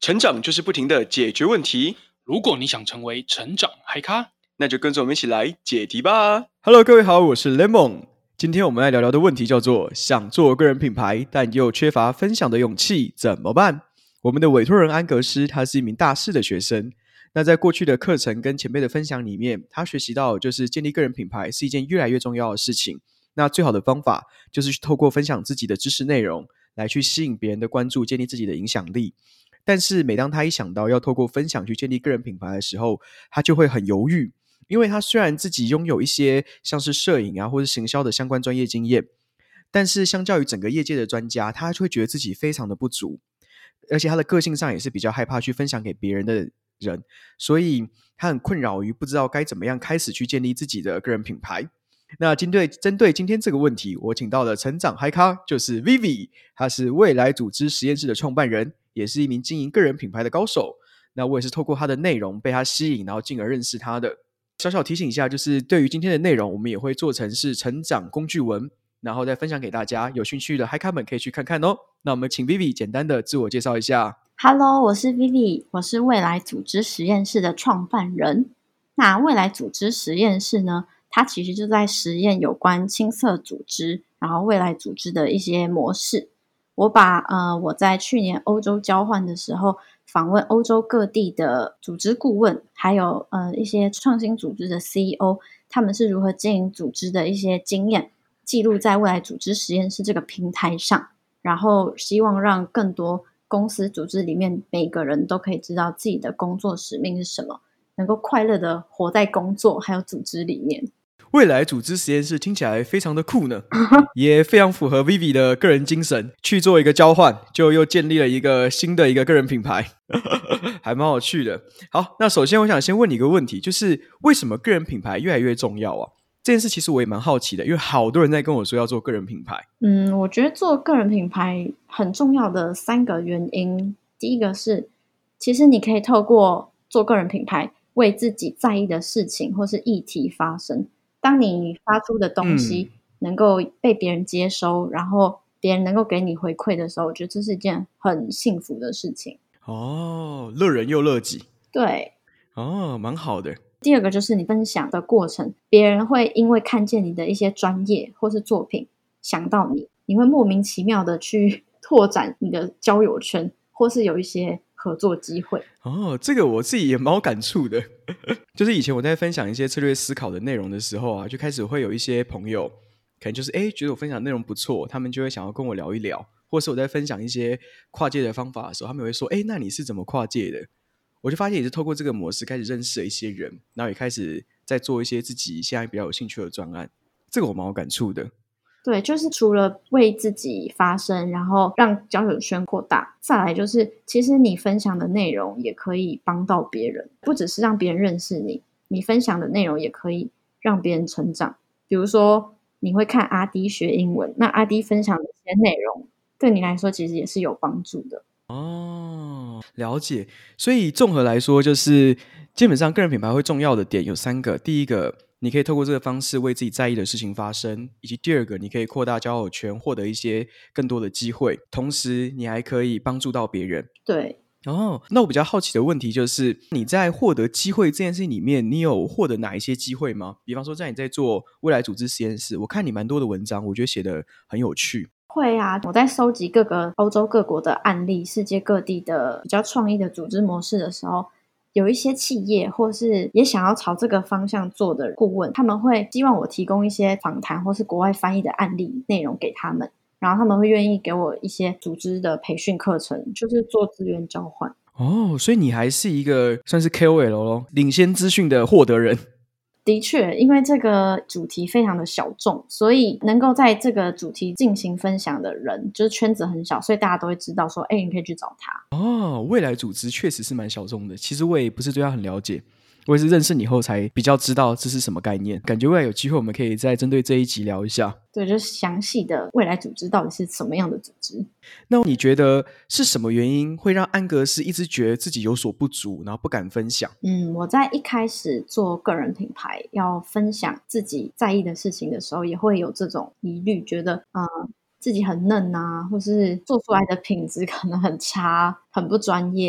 成长就是不停的解决问题。 如果你想成为成长嗨咖， 那就跟着我们一起来解题吧。Hello， 各位好，我是 Lemon。今天我们来聊聊的问题叫做想做个人品牌，但又缺乏分享的勇气，怎么办？我们的委托人安格斯，他是一名大四的学生。那在过去的课程跟前辈的分享里面，他学习到就是建立个人品牌是一件越来越重要的事情。那最好的方法就是透过分享自己的知识内容来去吸引别人的关注，建立自己的影响力。但是每当他一想到要透过分享去建立个人品牌的时候，他就会很犹豫，因为他虽然自己拥有一些像是摄影啊或是行销的相关专业经验，但是相较于整个业界的专家，他就会觉得自己非常的不足，而且他的个性上也是比较害怕去分享给别人的人，所以他很困扰于不知道该怎么样开始去建立自己的个人品牌。那针对今天这个问题，我请到了成长嗨咖，就是 Vivi， 他是未来组织实验室的创办人，也是一名经营个人品牌的高手。那我也是透过他的内容被他吸引，然后进而认识他的。小小提醒一下，就是对于今天的内容，我们也会做成是成长工具文，然后再分享给大家，有兴趣的嗨咖们可以去看看哦。那我们请 Vivi 简单的自我介绍一下。 Hello， 我是 Vivi， 我是未来组织实验室的创办人。那未来组织实验室呢，它其实就在实验有关青色组织，然后未来组织的一些模式。我把我在去年欧洲交换的时候，访问欧洲各地的组织顾问，还有一些创新组织的 CEO， 他们是如何经营组织的一些经验，记录在未来组织实验室这个平台上，然后希望让更多公司组织里面每个人都可以知道自己的工作使命是什么，能够快乐的活在工作还有组织里面。 未来组织实验室听起来非常的酷呢，也非常符合 Vivi 的个人精神，去做一个交换，就又建立了一个新的一个个人品牌，还蛮有趣的。好，那首先我想先问你一个问题，就是为什么个人品牌越来越重要啊？这件事其实我也蛮好奇的，因为好多人在跟我说要做个人品牌。 我觉得做个人品牌很重要的3个原因。第一个是，其实你可以透过做个人品牌，为自己在意的事情或是议题发声。当你发出的东西能够被别人接收，然后别人能够给你回馈的时候，我觉得这是一件很幸福的事情。 哦，乐人又乐己。 对。 哦，蛮好的。 第二个就是你分享的过程，别人会因为看见你的一些专业或是作品想到你，你会莫名其妙的去拓展你的交友圈，或是有一些合作机会。 哦，这个我自己也蛮有感触的。就是以前我在分享一些策略思考的内容的时候啊，就开始会有一些朋友可能就是觉得我分享的内容不错，他们就会想要跟我聊一聊，或是我在分享一些跨界的方法的时候，他们会说那你是怎么跨界的？我就发现也是透过这个模式开始认识了一些人，然后也开始在做一些自己现在比较有兴趣的专案，这个我蛮有感触的。 对，就是除了为自己发声，然后让交友圈扩大，再来就是其实你分享的内容也可以帮到别人，不只是让别人认识你，你分享的内容也可以让别人成长。比如说你会看阿滴学英文，那阿滴分享的一些内容对你来说其实也是有帮助的。 哦，了解。所以综合来说，就是基本上个人品牌会重要的点有3个。第一个，你可以透过这个方式为自己在意的事情发声，以及第二个，你可以扩大交友圈，获得一些更多的机会，同时你还可以帮助到别人。 对。 那我比较好奇的问题就是，你在获得机会这件事情里面，你有获得哪一些机会吗？比方说在你在做未来组织实验室，我看你蛮多的文章，我觉得写得很有趣。 会啊，我在收集各个欧洲各国的案例，世界各地的比较创意的组织模式的时候，有一些企业或是也想要朝这个方向做的顾问，他们会希望我提供一些访谈或是国外翻译的案例内容给他们，然后他们会愿意给我一些组织的培训课程，就是做资源交换。 所以你还是一个算是 KOL 咯，领先资讯的获得人。 的确，因为这个主题非常的小众，所以能够在这个主题进行分享的人就是圈子很小，所以大家都会知道说你可以去找他。 未来组织确实是蛮小众的，其实我也不是对他很了解，我也是认识你后才比较知道这是什么概念。感觉未来有机会我们可以再针对这一集聊一下。 对，就是详细的未来组织到底是什么样的组织。 那你觉得是什么原因会让安格斯一直觉得自己有所不足，然后不敢分享？ 我在一开始做个人品牌要分享自己在意的事情的时候，也会有这种疑虑，觉得自己很嫩啊，或是做出来的品质可能很差，很不专业，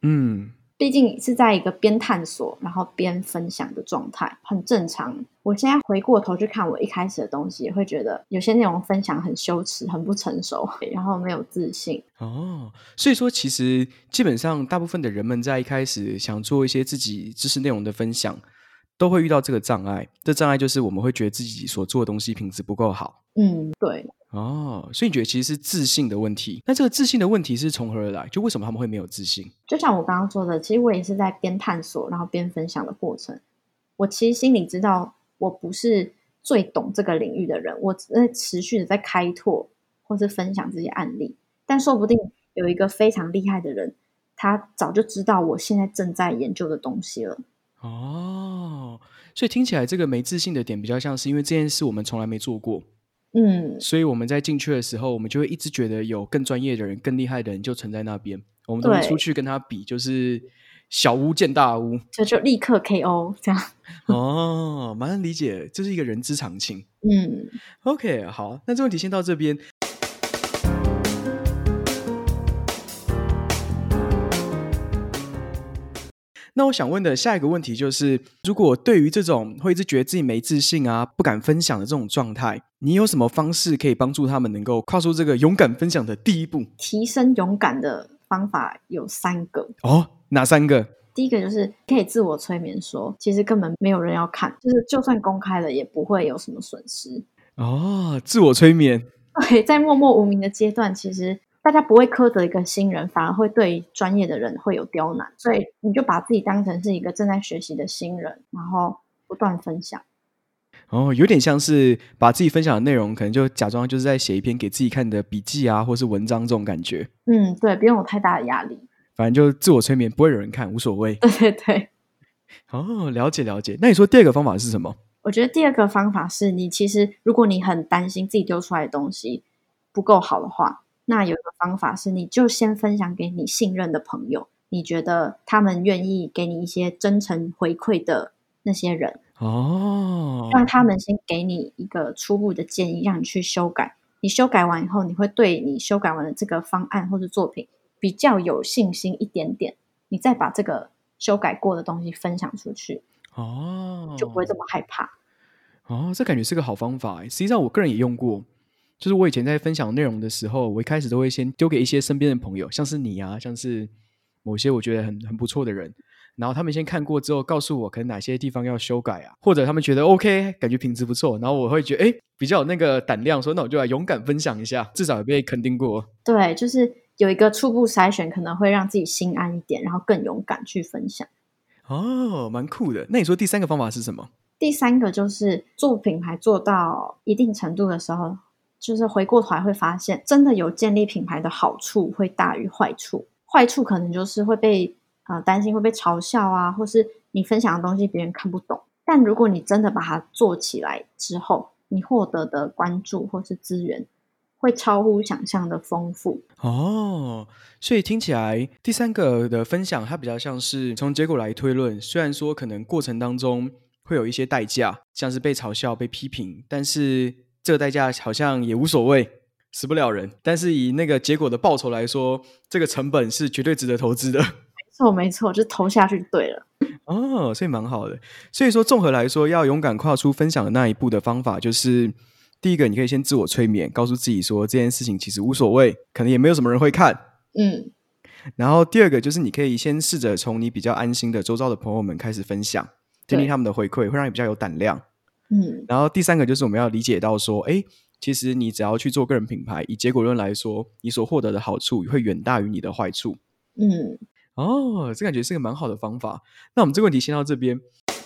毕竟是在一个边探索然后边分享的状态，很正常。我现在回过头去看我一开始的东西，也会觉得有些内容分享很羞耻，很不成熟，然后没有自信。 所以说其实基本上大部分的人们在一开始想做一些自己知识内容的分享，都会遇到这个障碍。这障碍就是我们会觉得自己所做的东西品质不够好。 对。 所以你觉得其实是自信的问题。那这个自信的问题是从何而来？就为什么他们会没有自信？ 就像我刚刚说的，其实我也是在边探索然后边分享的过程。我其实心里知道我不是最懂这个领域的人，我在持续的在开拓或是分享这些案例，但说不定有一个非常厉害的人，他早就知道我现在正在研究的东西了。 所以听起来这个没自信的点比较像是因为这件事我们从来没做过，所以我们在进去的时候，我们就会一直觉得有更专业的人、更厉害的人就存在那边，我们都会出去跟他比，就是小巫见大巫， 就立刻 KO 这样。 蛮能理解，这是一个人之常情。OK， 好，那这问题先到这边。那我想问的下一个问题就是，如果对于这种会一直觉得自己没自信啊、不敢分享的这种状态，你有什么方式可以帮助他们能够跨出这个勇敢分享的第一步？ 提升勇敢的方法有3个。 哪3个？ 第一个就是可以自我催眠说，其实根本没有人要看，就是就算公开了也不会有什么损失。 自我催眠。 对，在默默无名的阶段，其实大家不会苛责一个新人，反而会对专业的人会有刁难，所以你就把自己当成是一个正在学习的新人，然后不断分享。 有点像是把自己分享的内容可能就假装就是在写一篇给自己看的笔记啊，或是文章这种感觉。 对，不用有太大的压力， 反正就自我催眠，不会有人看，无所谓。 对。 了解了解。那你说第2个方法是什么？ 我觉得第2个方法是，你其实如果你很担心自己丢出来的东西不够好的话，那有一个方法是，你就先分享给你信任的朋友，你觉得他们愿意给你一些真诚回馈的那些人，让他们先给你一个初步的建议，让你去修改。你修改完以后，你会对你修改完的这个方案或者作品比较有信心一点点，你再把这个修改过的东西分享出去，就不会这么害怕。 这感觉是个好方法。实际上我个人也用过，就是我以前在分享内容的时候，我一开始都会先丢给一些身边的朋友，像是你啊，像是某些我觉得很不错的人，然后他们先看过之后告诉我可能哪些地方要修改啊，或者他们觉得 OK 感觉品质不错，然后我会觉得比较有那个胆量说那我就来勇敢分享一下，至少也被肯定过。 对，就是有一个初步筛选可能会让自己心安一点，然后更勇敢去分享。 蛮酷的。那你说第3个方法是什么？ 第3个就是做品牌做到一定程度的时候，就是回过头来会发现真的有建立品牌的好处会大于坏处。坏处可能就是会被担心会被嘲笑啊，或是你分享的东西别人看不懂。但如果你真的把它做起来之后，你获得的关注或是资源会超乎想象的丰富。 所以听起来第3个的分享它比较像是从结果来推论，虽然说可能过程当中会有一些代价，像是被嘲笑被批评，但是这个代价好像也无所谓，死不了人，但是以那个结果的报酬来说，这个成本是绝对值得投资的。 没错，就投下去就对了。 所以蛮好的。所以说综合来说，要勇敢跨出分享的那一步的方法就是第一个，你可以先自我催眠，告诉自己说这件事情其实无所谓，可能也没有什么人会看。然后第2个就是你可以先试着从你比较安心的周遭的朋友们开始分享，听听他们的回馈，会让你比较有胆量。然后第3个就是我们要理解到说其实你只要去做个人品牌，以结果论来说，你所获得的好处会远大于你的坏处。这感觉是个蛮好的方法。那我们这个问题先到这边。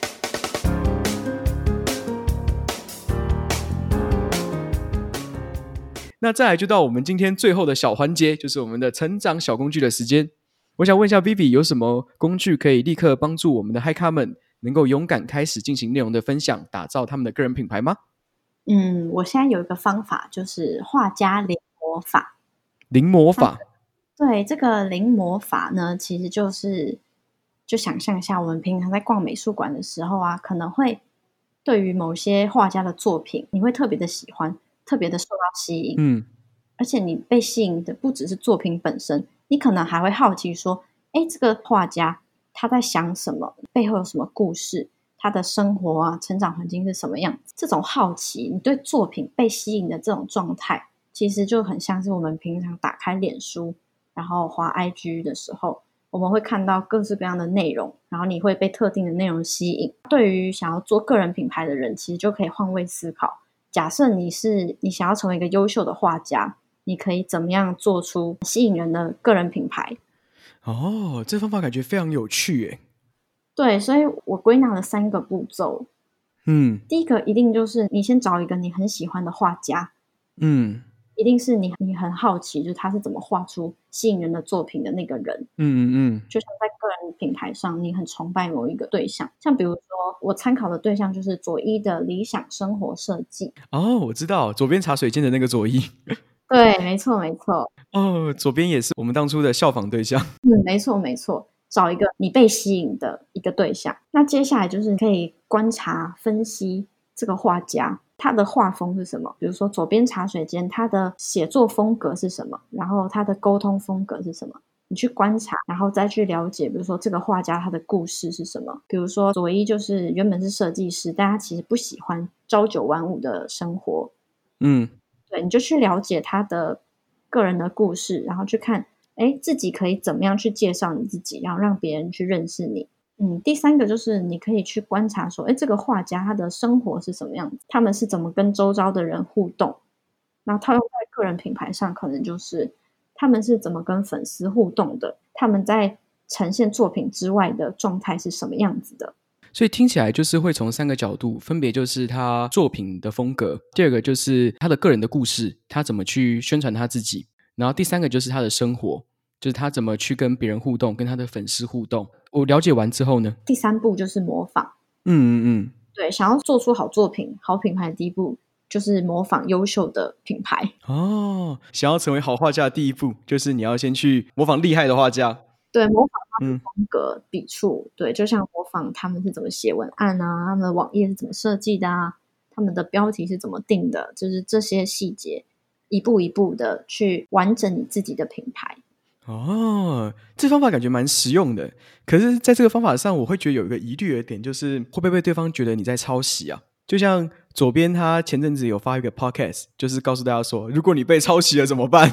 那再来就到我们今天最后的小环节，就是我们的成长小工具的时间。我想问一下 Vivi 有什么工具可以立刻帮助我们的嗨咖们能够勇敢开始进行内容的分享，打造他们的个人品牌吗？ 我现在有一个方法，就是画家临摹法。 临摹法？ 对，这个临摹法呢，其实就想象一下，我们平常在逛美术馆的时候啊，可能会对于某些画家的作品，你会特别的喜欢，特别的受到吸引。而且你被吸引的不只是作品本身，你可能还会好奇说， 这个画家他在想什么，背后有什么故事，他的生活啊，成长环境是什么样子。这种好奇，你对作品被吸引的这种状态，其实就很像是我们平常打开脸书，然后滑 IG 的时候，我们会看到各式各样的内容，然后你会被特定的内容吸引。对于想要做个人品牌的人，其实就可以换位思考。假设你想要成为一个优秀的画家，你可以怎么样做出吸引人的个人品牌？ 哦，这方法感觉非常有趣耶。 对，所以我归纳了3个步骤。第一个一定就是你先找一个你很喜欢的画家，一定是你很好奇，就是他是怎么画出吸引人的作品的那个人。就像在个人品牌上，你很崇拜某一个对象，像比如说我参考的对象就是佐伊的理想生活设计。 哦，我知道，左边茶水间的那个佐伊。 对，没错没错。 哦，左边也是我们当初的效仿对象。 没错没错。找一个你被吸引的一个对象，那接下来就是可以观察分析这个画家他的画风是什么，比如说左边茶水间他的写作风格是什么，然后他的沟通风格是什么，你去观察，然后再去了解，比如说这个画家他的故事是什么。比如说佐伊就是原本是设计师，但他其实不喜欢朝九晚五的生活。对，你就去了解他的个人的故事，然后去看自己可以怎么样去介绍你自己，然后让别人去认识你。第3个就是你可以去观察说，这个画家他的生活是什么样子，他们是怎么跟周遭的人互动。然后套用在个人品牌上，可能就是他们是怎么跟粉丝互动的，他们在呈现作品之外的状态是什么样子的。 所以听起来就是会从3个角度，分别就是他作品的风格，第2个就是他的个人的故事，他怎么去宣传他自己，然后第3个就是他的生活，就是他怎么去跟别人互动，跟他的粉丝互动。我了解完之后呢， 第3步就是模仿。对，想要做出好作品、好品牌的第一步就是模仿优秀的品牌。 想要成为好画家的第一步就是你要先去模仿厉害的画家。 对，模仿他们的风格、笔触。对，就像模仿他们是怎么写文案啊，他们的网页是怎么设计的啊，他们的标题是怎么定的，就是这些细节一步一步的去完整你自己的品牌。 这方法感觉蛮实用的。可是在这个方法上我会觉得有一个疑虑的点，就是会不会被对方觉得你在抄袭啊？就像左边他前阵子有发一个 podcast， 就是告诉大家说如果你被抄袭了怎么办。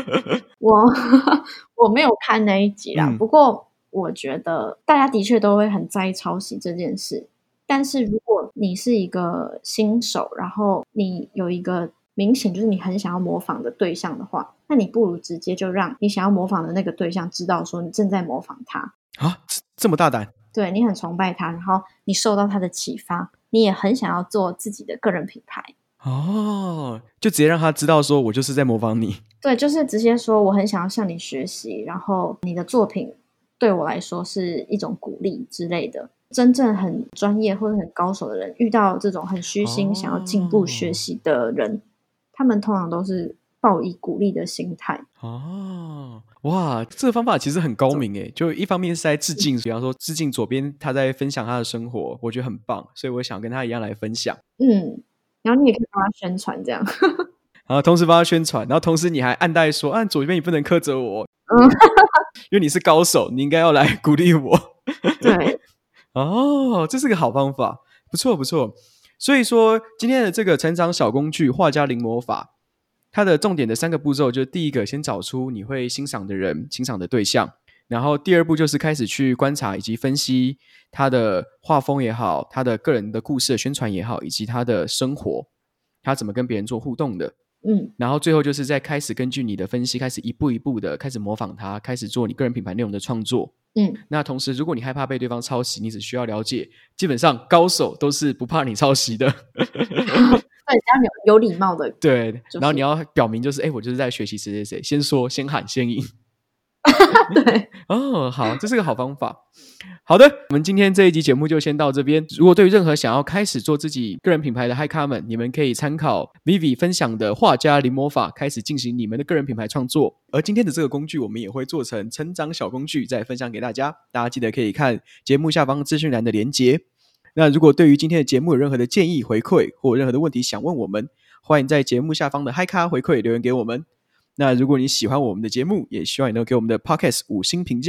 我没有看那一集啦，不过我觉得大家的确都会很在意抄袭这件事。但是如果你是一个新手，然后你有一个明显就是你很想要模仿的对象的话，那你不如直接就让你想要模仿的那个对象知道说你正在模仿他啊，这么大胆？ 对，你很崇拜他，然后你受到他的启发，你也很想要做自己的个人品牌。 就直接让他知道说我就是在模仿你。 对，就是直接说我很想要向你学习，然后你的作品对我来说是一种鼓励之类的。真正很专业或者很高手的人遇到这种很虚心想要进步学习的人，他们通常都是抱以鼓励的心态。 哇，这个方法其实很高明耶，就一方面是在致敬，比方说致敬左边他在分享他的生活，我觉得很棒，所以我想跟他一样来分享。 然后你也可以帮他宣传这样。 然后同时帮他宣传，然后同时你还暗带说左边你不能苛责我，因为你是高手，你应该要来鼓励我。 对。 这是个好方法，不错不错。所以说今天的这个成长小工具画家临摹法，它的重点的3个步骤，就是第一个先找出你会欣赏的人、欣赏的对象，然后第2步就是开始去观察以及分析他的画风也好，他的个人的故事的宣传也好，以及他的生活，他怎么跟别人做互动的。然后最后就是再开始根据你的分析，开始一步一步的开始模仿他，开始做你个人品牌内容的创作。那同时如果你害怕被对方抄袭，你只需要了解基本上高手都是不怕你抄袭的。对， 要有礼貌的。 对，然后你要表明就是我就是在学习谁谁谁，先说先喊先赢。 对。 好，这是个好方法。好的，我们今天这一集节目就先到这边。如果对于任何想要开始做自己个人品牌的嗨咖们，你们可以参考 Vivi 分享的画家临摹法，开始进行你们的个人品牌创作。而今天的这个工具我们也会做成成长小工具再分享给大家，大家记得可以看节目下方资讯栏的连结。那如果对于今天的节目有任何的建议回馈或任何的问题想问我们，欢迎在节目下方的嗨咖回馈留言给我们。那如果你喜欢我们的节目，也希望你能给我们的 Podcast 5星评价，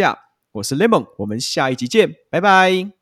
我是 Lemon，我们下一集见，拜拜。